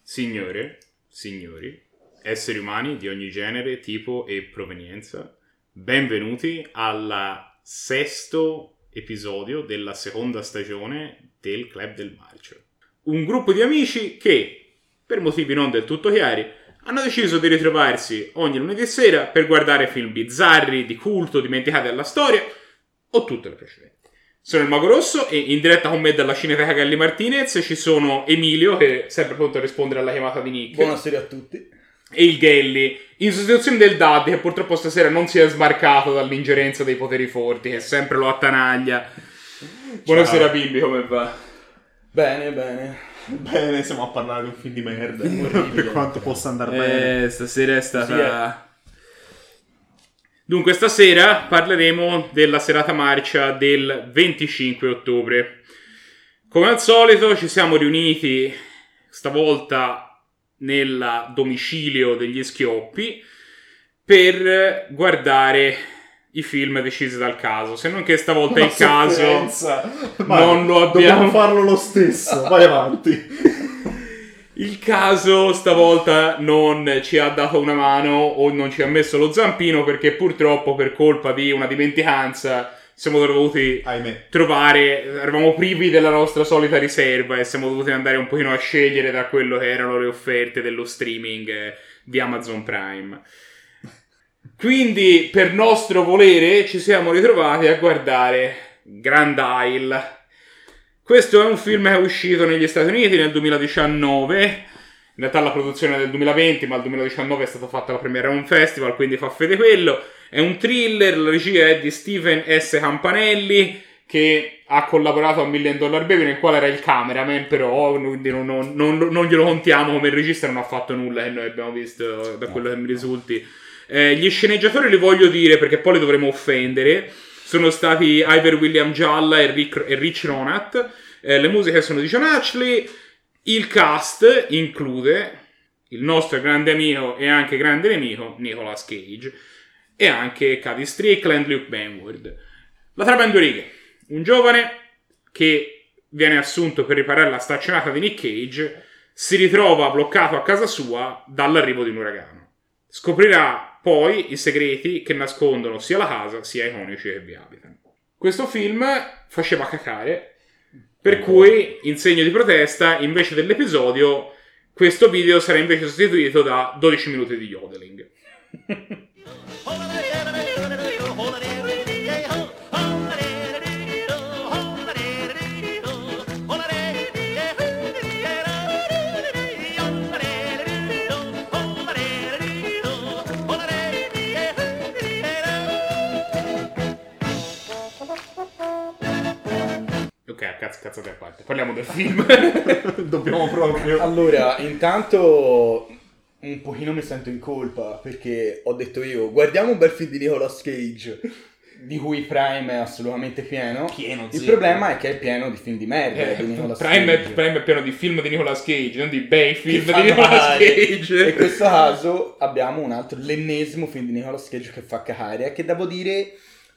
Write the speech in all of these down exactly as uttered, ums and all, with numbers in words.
Signore, signori, esseri umani di ogni genere, tipo e provenienza, benvenuti al sesto episodio della seconda stagione del Club del Marcio. Un gruppo di amici che, per motivi non del tutto chiari, hanno deciso di ritrovarsi ogni lunedì sera per guardare film bizzarri, di culto, dimenticati dalla storia, o tutte le precedenti. Sono il Mago Rosso e in diretta con me dalla Cineteca Galli Martinez ci sono Emilio, che è sempre pronto a rispondere alla chiamata di Nick. Buonasera a tutti. E il Gelli, in sostituzione del Daddy, che purtroppo stasera non si è smarcato dall'ingerenza dei poteri forti, che sempre lo attanaglia. Buonasera bimbi, come va? Bene, bene. Bene, siamo a parlare di un film di merda. Per quanto possa andare eh, bene. Stasera è stata... Dunque, stasera parleremo della serata marcia del venticinque ottobre. Come al solito ci siamo riuniti stavolta nel domicilio degli Schioppi per guardare i film decisi dal caso. Se non che stavolta Una il caso Ma non lo abbiamo... Dobbiamo farlo lo stesso, vai avanti. Il caso stavolta non ci ha dato una mano o non ci ha messo lo zampino, perché purtroppo per colpa di una dimenticanza siamo dovuti Ahimè. trovare, eravamo privi della nostra solita riserva e siamo dovuti andare un pochino a scegliere da quello che erano le offerte dello streaming eh, di Amazon Prime. Quindi per nostro volere ci siamo ritrovati a guardare Grand Isle. Questo è un film che è uscito negli Stati Uniti nel duemiladiciannove, in realtà la produzione è del duemilaventi, ma nel duemiladiciannove è stata fatta la premiera a un festival, quindi fa fede quello. È un thriller, la regia è di Steven S. Campanelli, che ha collaborato a Million Dollar Baby, nel quale era il cameraman, però quindi non, non, non, non glielo contiamo come regista, non ha fatto nulla che noi abbiamo visto, da quello che mi risulti. Eh, gli sceneggiatori li voglio dire perché poi li dovremo offendere. Sono stati Iver William Gialla e, Rick, e Rich Ronat. Eh, le musiche sono di John Ashley. Il cast include il nostro grande amico e anche grande nemico Nicolas Cage e anche Cady Strickland, Luke Benward. La trama in due righe. Un giovane che viene assunto per riparare la staccionata di Nick Cage si ritrova bloccato a casa sua dall'arrivo di un uragano. Scoprirà poi i segreti che nascondono sia la casa sia i coniugi che vi abitano. Questo film faceva cacare, per cui in segno di protesta, invece dell'episodio, questo video sarà invece sostituito da dodici minuti di yodeling. Ok, cazzo, cazzate a parte. Parliamo del film. Dobbiamo proprio... Allora, intanto un pochino mi sento in colpa perché ho detto io, guardiamo un bel film di Nicolas Cage, di cui Prime è assolutamente pieno. Pieno, Il zio. problema è che è pieno di film di merda Eh, di Nicolas Prime, è, Cage. Prime è pieno di film di Nicolas Cage, non di bei film Che di fa Nicolas male. Cage. E in questo caso abbiamo un altro, l'ennesimo film di Nicolas Cage che fa cacare, che devo dire...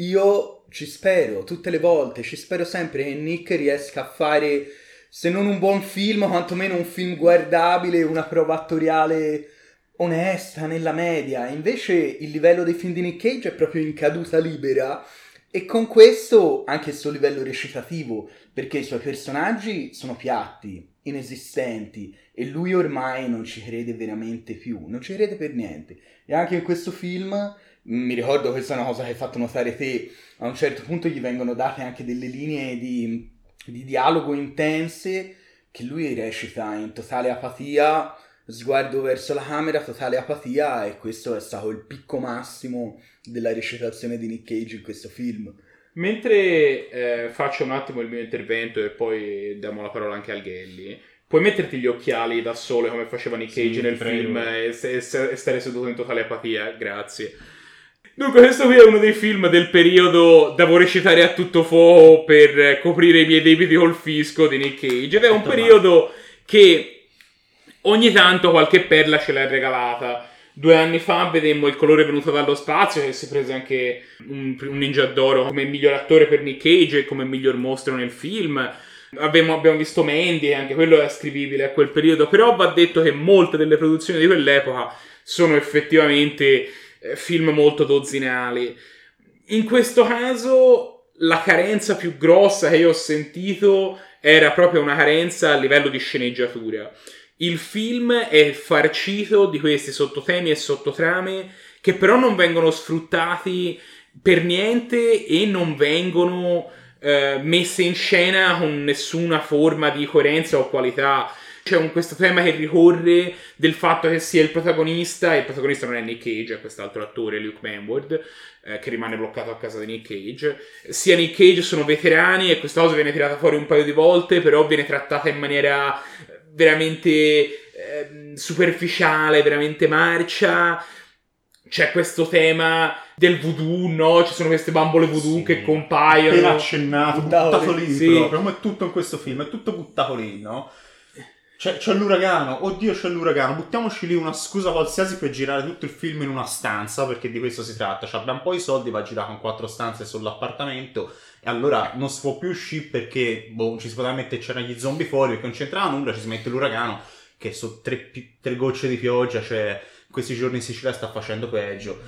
Io ci spero, tutte le volte, ci spero sempre che Nick riesca a fare, se non un buon film, quantomeno un film guardabile, una prova attoriale onesta, nella media. Invece il livello dei film di Nick Cage è proprio in caduta libera, e con questo anche il suo livello recitativo, perché i suoi personaggi sono piatti, inesistenti, e lui ormai non ci crede veramente più, non ci crede per niente. E anche in questo film... Mi ricordo, questa è una cosa che hai fatto notare te, a un certo punto gli vengono date anche delle linee di, di dialogo intense che lui recita in totale apatia, sguardo verso la camera, totale apatia, e questo è stato il picco massimo della recitazione di Nick Cage in questo film. Mentre eh, faccio un attimo il mio intervento e poi diamo la parola anche al Gelli, puoi metterti gli occhiali da sole come faceva Nick Cage Sì, nel prego. film e, e, e stare seduto in totale apatia? Grazie. Dunque, questo qui è uno dei film del periodo devo recitare a tutto fuoco per coprire i miei debiti col fisco di Nick Cage, ed è un periodo che ogni tanto qualche perla ce l'ha regalata. Due anni fa vedemmo Il colore venuto dallo spazio, che si prese anche un, un Ninja d'Oro come miglior attore per Nick Cage e come miglior mostro nel film. Abbiamo, abbiamo visto Mandy, anche quello è ascrivibile a quel periodo, però va detto che molte delle produzioni di quell'epoca sono effettivamente eh, film molto dozzinali. In questo caso la carenza più grossa che io ho sentito era proprio una carenza a livello di sceneggiatura. Il film è farcito di questi sottotemi e sottotrame che però non vengono sfruttati per niente e non vengono eh, messe in scena con nessuna forma di coerenza o qualità. C'è un, questo tema che ricorre del fatto che sia il protagonista, e il protagonista non è Nick Cage, è quest'altro attore, Luke Manwood, eh, che rimane bloccato a casa di Nick Cage. Sia Nick Cage sono veterani e questa cosa viene tirata fuori un paio di volte, però viene trattata in maniera veramente eh, superficiale, veramente marcia. C'è questo tema del voodoo, no? Ci sono queste bambole voodoo sì, che compaiono. Appena accennato, buttato lì sì. proprio, come è tutto in questo film, è tutto buttato lì, no? C'è, c'è l'uragano, oddio c'è l'uragano, buttiamoci lì una scusa qualsiasi per girare tutto il film in una stanza, perché di questo si tratta, cioè abbiamo poi i soldi, va a girare con quattro stanze sull'appartamento, e allora non si può più uscire perché, boh, ci si poteva mettere, c'erano gli zombie fuori, perché non c'entrava nulla, ci si mette l'uragano, che su tre, tre gocce di pioggia, cioè questi giorni in Sicilia sta facendo peggio,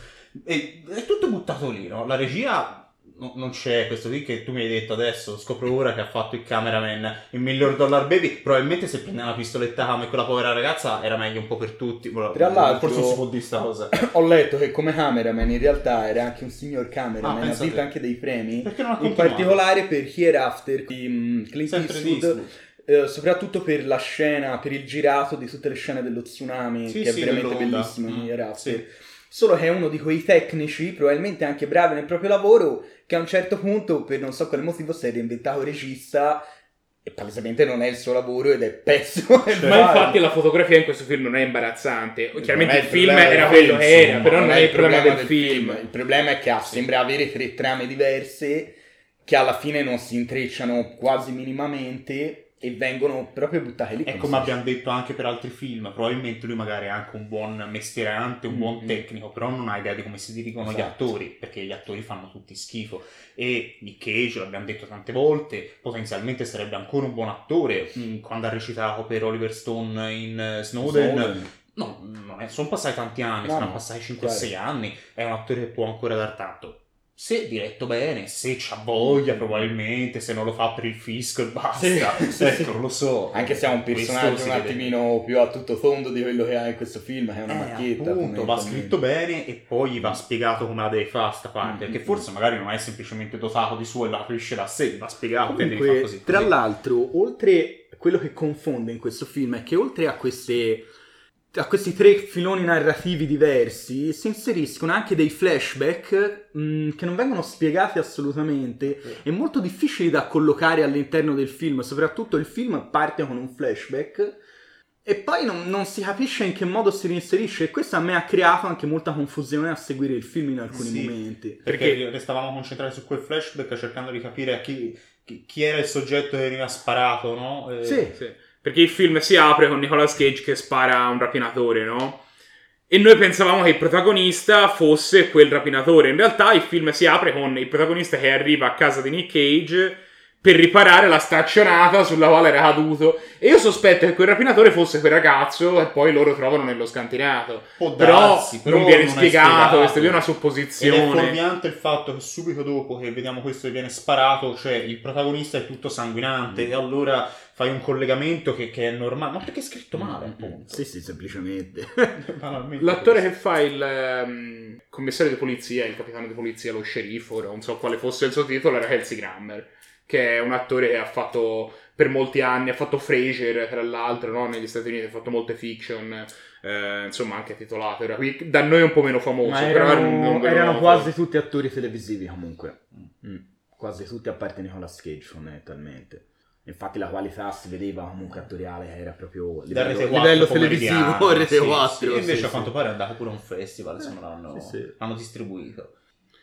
e è tutto buttato lì, no? La regia... No, non c'è questo qui che tu mi hai detto adesso, scopro ora che ha fatto il cameraman, il Million Dollar Baby, probabilmente se prendeva una pistoletta come quella povera ragazza era meglio un po' per tutti. Tra l'altro, forse non si può dire sta cosa. Ho letto che come cameraman in realtà era anche un signor cameraman, ah, ha vinto anche dei premi, perché non ha in particolare per Hereafter di um, Clint Eastwood, eh, soprattutto per la scena, per il girato di tutte le scene dello tsunami, sì, che sì, è veramente dell'onda. bellissimo in mm, Hereafter. Sì. Solo che è uno di quei tecnici, probabilmente anche bravi nel proprio lavoro, che a un certo punto, per non so quale motivo, si è reinventato regista e palesemente non è il suo lavoro ed è pessimo. Ma infatti la fotografia in questo film non è imbarazzante. Chiaramente il, il film era quello che era, però non è il problema del, del film. film. Il problema è che ha, sembra avere tre trame diverse che alla fine non si intrecciano quasi minimamente e vengono proprio buttate lì. E come abbiamo detto anche per altri film, probabilmente lui magari è anche un buon mestierante, un mm-hmm. buon tecnico, però non ha idea di come si dirigono esatto. gli attori, perché gli attori fanno tutti schifo. E Nick Cage, l'abbiamo detto tante volte, potenzialmente sarebbe ancora un buon attore. Mm, quando ha recitato per Oliver Stone in uh, Snowden, Snowden. No, non è, sono passati tanti anni, no, sono no, passati cinque sei anni, è un attore che può ancora dar tanto. Se diretto bene, se c'ha voglia probabilmente, se non lo fa per il fisco e basta, sì, sì, ecco, non lo so. Anche se ha un personaggio un attimino più a tutto tondo di quello che ha in questo film, che è una eh, macchietta. Appunto, va scritto bene e poi va spiegato come la devi fare sta parte, mm-hmm. perché forse magari non è semplicemente dotato di suo e la capisce da sé, va spiegato. Comunque, così, tra così. l'altro, oltre, quello che confonde in questo film è che oltre a queste... a questi tre filoni narrativi diversi si inseriscono anche dei flashback mh, che non vengono spiegati assolutamente sì. e molto difficili da collocare all'interno del film, soprattutto il film parte con un flashback e poi non, non si capisce in che modo si reinserisce e questo a me ha creato anche molta confusione a seguire il film in alcuni sì, momenti. Perché, perché restavamo concentrati su quel flashback cercando di capire a chi, chi, chi era il soggetto che veniva sparato, no? E... Sì, sì. Perché il film si apre con Nicolas Cage che spara a un rapinatore, no? E noi pensavamo che il protagonista fosse quel rapinatore. In realtà il film si apre con il protagonista che arriva a casa di Nick Cage per riparare la staccionata sulla quale era caduto. E io sospetto che quel rapinatore fosse quel ragazzo e poi loro trovano nello scantinato. Può però, darsi, però non viene non spiegato, spiegato. questa è una supposizione. Ed è fuorviante il fatto che subito dopo che vediamo questo che viene sparato, cioè il protagonista è tutto sanguinante mm. e allora fai un collegamento che, che è normale. Ma perché è scritto male, appunto? Sì, sì, semplicemente. L'attore che fa il um, commissario di polizia, il capitano di polizia, lo sceriffo, ora non so quale fosse il suo titolo, era Kelsey Grammer, che è un attore che ha fatto per molti anni, ha fatto Frasier tra l'altro, no? Negli Stati Uniti ha fatto molte fiction, eh, insomma anche titolato, era qui da noi un po' meno famoso. Ma erano, però non erano quasi tutti attori televisivi comunque, mm. quasi tutti a parte Nicolas Cage fondamentalmente. Infatti la qualità si vedeva comunque attoriale, era proprio livello, Rete quattro, livello televisivo, Rete sì, quattro. Sì, invece sì, a quanto sì. pare è andato pure a un festival, insomma l'hanno, sì, sì. l'hanno distribuito.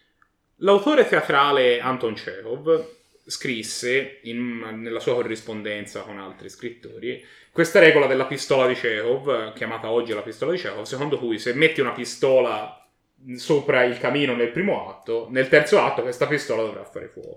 L'autore teatrale Anton Chekhov scrisse in, nella sua corrispondenza con altri scrittori questa regola della pistola di Chekhov, chiamata oggi la pistola di Chekhov, secondo cui se metti una pistola sopra il camino nel primo atto, nel terzo atto questa pistola dovrà fare fuoco.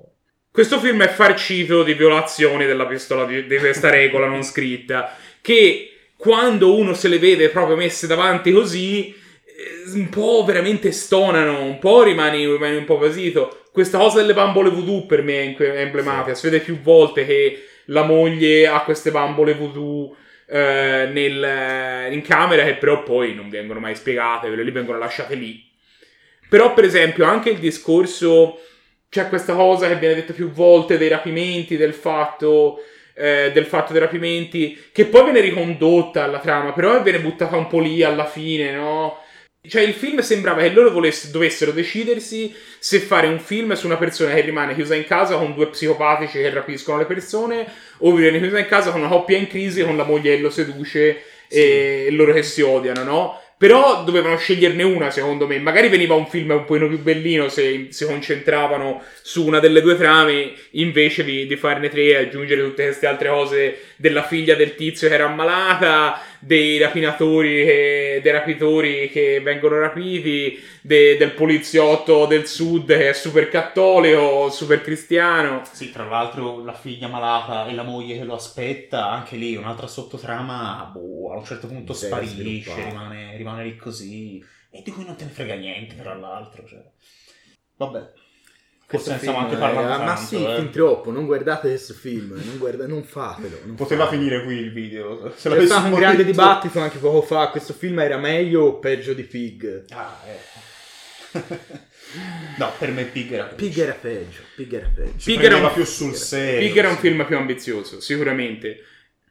questo film è farcito di violazioni della pistola di, di questa regola non scritta, che quando uno se le vede proprio messe davanti così, un po' veramente stonano, un po' rimani, rimani un po' basito. Questa cosa delle bambole voodoo per me è emblematica. Sì. Si vede più volte che la moglie ha queste bambole voodoo eh, nel, in camera, che però poi non vengono mai spiegate, quelle lì vengono lasciate lì. Però per esempio anche il discorso, c'è questa cosa che viene detta più volte dei rapimenti, del fatto... Eh, del fatto dei rapimenti, che poi viene ricondotta alla trama, però viene buttata un po' lì alla fine, no? Cioè il film sembrava che loro volesse, dovessero decidersi se fare un film su una persona che rimane chiusa in casa con due psicopatici che rapiscono le persone, o viene chiusa in casa con una coppia in crisi con la moglie che lo seduce sì. e loro che si odiano, no? Però dovevano sceglierne una, secondo me. Magari veniva un film un pochino più bellino se si concentravano su una delle due trame, invece di, di farne tre e aggiungere tutte queste altre cose della figlia del tizio che era ammalata, dei rapinatori, che, dei rapitori che vengono rapiti, de, del poliziotto del sud che è super cattolico, super cristiano. Sì, tra l'altro la figlia malata e la moglie che lo aspetta, anche lì un'altra sottotrama, boh, a un certo punto sparisce, rimane, rimane lì così, e di cui non te ne frega niente, tra l'altro, cioè. Vabbè. Forse ne stiamo anche parlando tanto, ma sì, eh. fin troppo, non guardate questo film, non, guarda, non fatelo. Non Poteva fatelo. finire qui il video. Se C'è stato un grande detto... dibattito anche poco fa, questo film era meglio o peggio di Pig? Ah, eh. No, per me Pig era peggio. Pig era peggio, Pig era peggio. Si Pig era un... più sul serio. Pig era un film più ambizioso, sicuramente.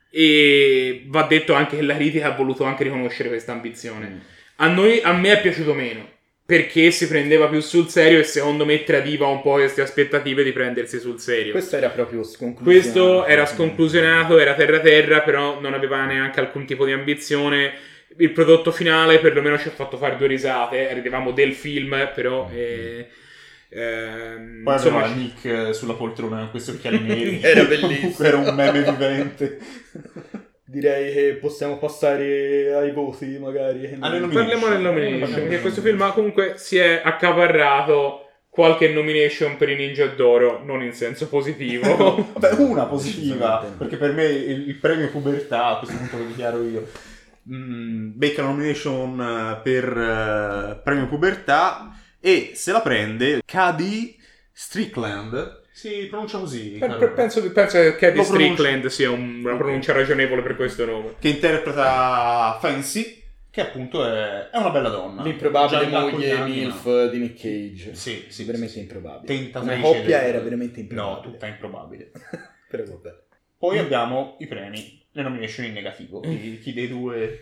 E va detto anche che la critica ha voluto anche riconoscere questa ambizione. Mm. A noi, a me è piaciuto meno. Perché si prendeva più sul serio e secondo me tradiva un po' queste aspettative di prendersi sul serio. Questo era proprio sconclusionato. Questo era sconclusionato, era terra terra, però non aveva neanche alcun tipo di ambizione. Il prodotto finale perlomeno ci ha fatto fare due risate. Ridevamo del film, però... Eh, ehm, Poi insomma, aveva Nick sulla poltrona con questi occhiali neri. Era bellissimo. Era un meme vivente. Direi che possiamo passare ai voti, magari. Parliamo del nomination, perché questo film comunque si è accaparrato qualche nomination per i Ninja d'Oro, non in senso positivo. Vabbè, una positiva, perché per me il, il premio pubertà, a questo punto lo dichiaro io, mm, becca la nomination per uh, premio pubertà e se la prende K D Strickland. Si pronuncia così. Per, per, penso, penso che Katie Strickland sia un, una pronuncia ragionevole per questo nome. Che interpreta Fancy, che appunto è, è una bella donna. L'improbabile moglie MILF di Nick Cage. Sì, sì, veramente sì, improbabile. Tentatrice. La coppia del... era veramente improbabile. No, tutta improbabile. Però vabbè. Poi mm. abbiamo i premi, le nomination in negativo. Chi, chi dei due...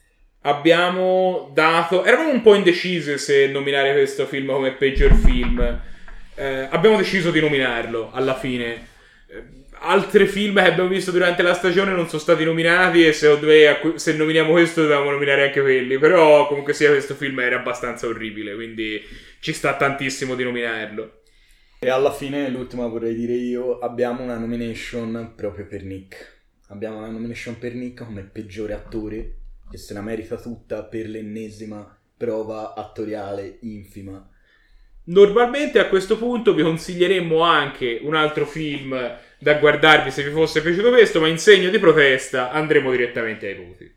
Abbiamo dato... Eravamo un po' indecisi se nominare questo film come peggior film. Eh, abbiamo deciso di nominarlo alla fine. Eh, altri film che abbiamo visto durante la stagione non sono stati nominati e secondo me se nominiamo questo dobbiamo nominare anche quelli, però comunque sia questo film era abbastanza orribile, quindi ci sta tantissimo di nominarlo. E alla fine, l'ultima vorrei dire io, abbiamo una nomination proprio per Nick. Abbiamo una nomination per Nick come peggiore attore, che se la merita tutta per l'ennesima prova attoriale infima. Normalmente a questo punto vi consiglieremmo anche un altro film da guardarvi se vi fosse piaciuto questo, ma in segno di protesta andremo direttamente ai voti.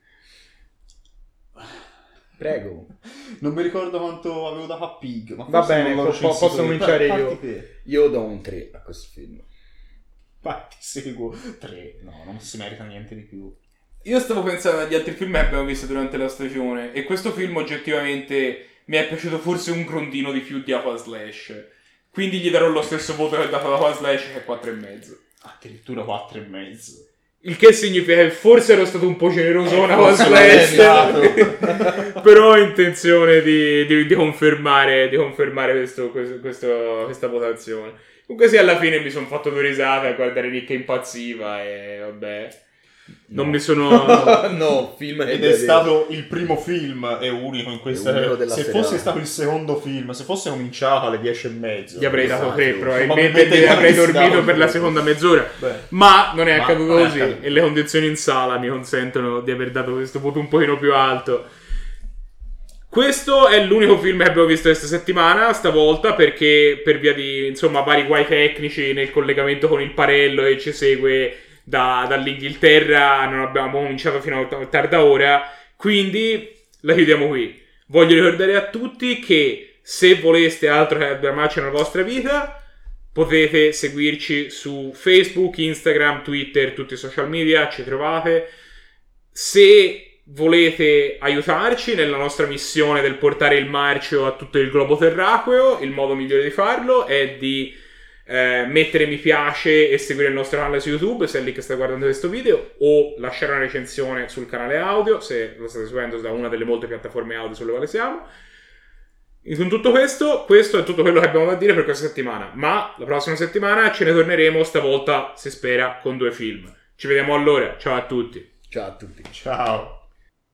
Prego. Non mi ricordo quanto avevo dato a Pig, ma va bene, po- posso cominciare io. Te. Io do un tre a questo film. Vai, ti seguo. tre. No, non si merita niente di più. Io stavo pensando agli altri film che abbiamo visto durante la stagione e questo film oggettivamente mi è piaciuto forse un grondino di più di Aqua Slash, quindi gli darò lo stesso voto che ho dato ad Aqua Slash, che è quattro e mezzo. Addirittura quattro e mezzo. Il che significa che forse ero stato un po' generoso con Aqua Slash, però ho intenzione di, di, di confermare, di confermare questo, questo, questo, questa votazione. Comunque sì, alla fine mi sono fatto due risate a guardare Nick che impazziva e vabbè... Non no. mi sono... no, film ed è stato il primo film e unico in questa... Se serata. Fosse stato il secondo film, se fosse cominciato alle dieci e mezzo, gli avrei dato tre, probabilmente, probabilmente avrei dormito per la seconda mezz'ora. Beh. Ma non è Ma accaduto non è così accaduto. e le condizioni in sala mi consentono di aver dato questo voto un pochino più alto. Questo è l'unico film che abbiamo visto questa settimana, stavolta, perché per via di, insomma, vari guai tecnici nel collegamento con il Parello che ci segue da, dall'Inghilterra, non abbiamo cominciato fino a tarda ora, quindi la chiudiamo qui. Voglio ricordare a tutti che se voleste altro che abbia marcia nella vostra vita, potete seguirci su Facebook, Instagram, Twitter, tutti i social media, ci trovate. Se volete aiutarci nella nostra missione del portare il marcio a tutto il globo terracqueo, il modo migliore di farlo è di eh, mettere mi piace e seguire il nostro canale su YouTube se è lì che state guardando questo video, o lasciare una recensione sul canale audio se lo state seguendo da una delle molte piattaforme audio sulle quali siamo. Con tutto questo, questo è tutto quello che abbiamo da dire per questa settimana, ma la prossima settimana ce ne torneremo, stavolta si spera con due film. Ci vediamo allora, ciao a tutti. Ciao a tutti. Ciao.